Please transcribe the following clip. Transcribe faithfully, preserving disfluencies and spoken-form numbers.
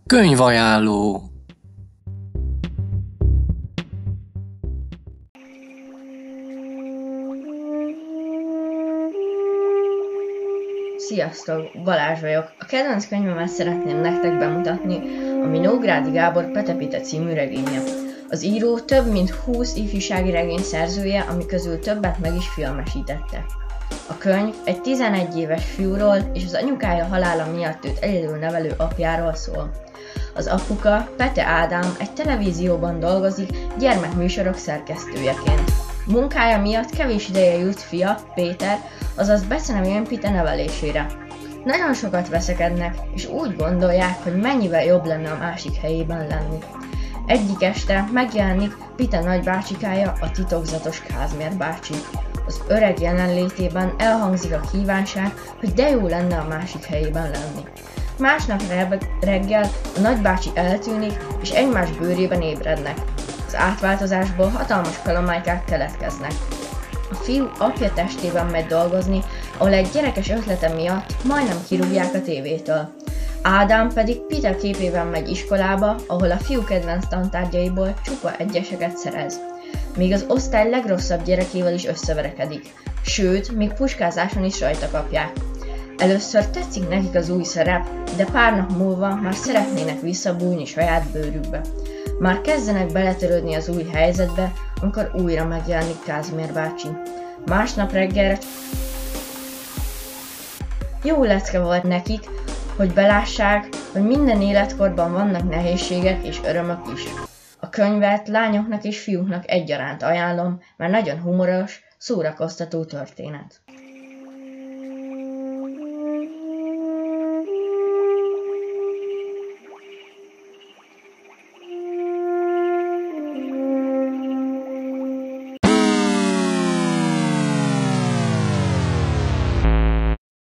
Könyvajánló. Sziasztok, Balázs vagyok. A kedvenc könyvemet szeretném nektek bemutatni, ami Nógrádi Gábor Petepite című regénye. Az író több mint húsz ifjúsági regény szerzője, ami közül többet meg is filmesítette. A könyv egy tizenegy éves fiúról és az anyukája halála miatt őt egyedül nevelő apjáról szól. Az apuka, Pete Ádám egy televízióban dolgozik gyermekműsorok szerkesztőjeként. Munkája miatt kevés ideje jut fia, Péter, azaz Bece nevén Pite nevelésére. Nagyon sokat veszekednek, és úgy gondolják, hogy mennyivel jobb lenne a másik helyében lenni. Egyik este megjelenik Pite nagybácsikája, a titokzatos Kázmér bácsi. Az öreg jelenlétében elhangzik a kívánság, hogy de jó lenne a másik helyében lenni. Másnap reggel a nagybácsi eltűnik, és egymás bőrében ébrednek. Az átváltozásból hatalmas kalamálykák keletkeznek. A fiú apja testében megy dolgozni, ahol egy gyerekes ötlete miatt majdnem kirúgják a tévétől. Ádám pedig Pite képében megy iskolába, ahol a fiú kedvenc tantárgyaiból csupa egyeseket szerez. Még az osztály legrosszabb gyerekével is összeverekedik, sőt, még puskázáson is rajta kapják. Először tetszik nekik az új szerep, de pár nap múlva már szeretnének visszabújni saját bőrükbe. Már kezdenek beletörődni az új helyzetbe, amikor újra megjelenik Kázmér bácsi. Másnap reggelre jó lecke volt nekik, hogy belássák, hogy minden életkorban vannak nehézségek és örömök is. A könyvet lányoknak és fiúknak egyaránt ajánlom, mert nagyon humoros, szórakoztató történet.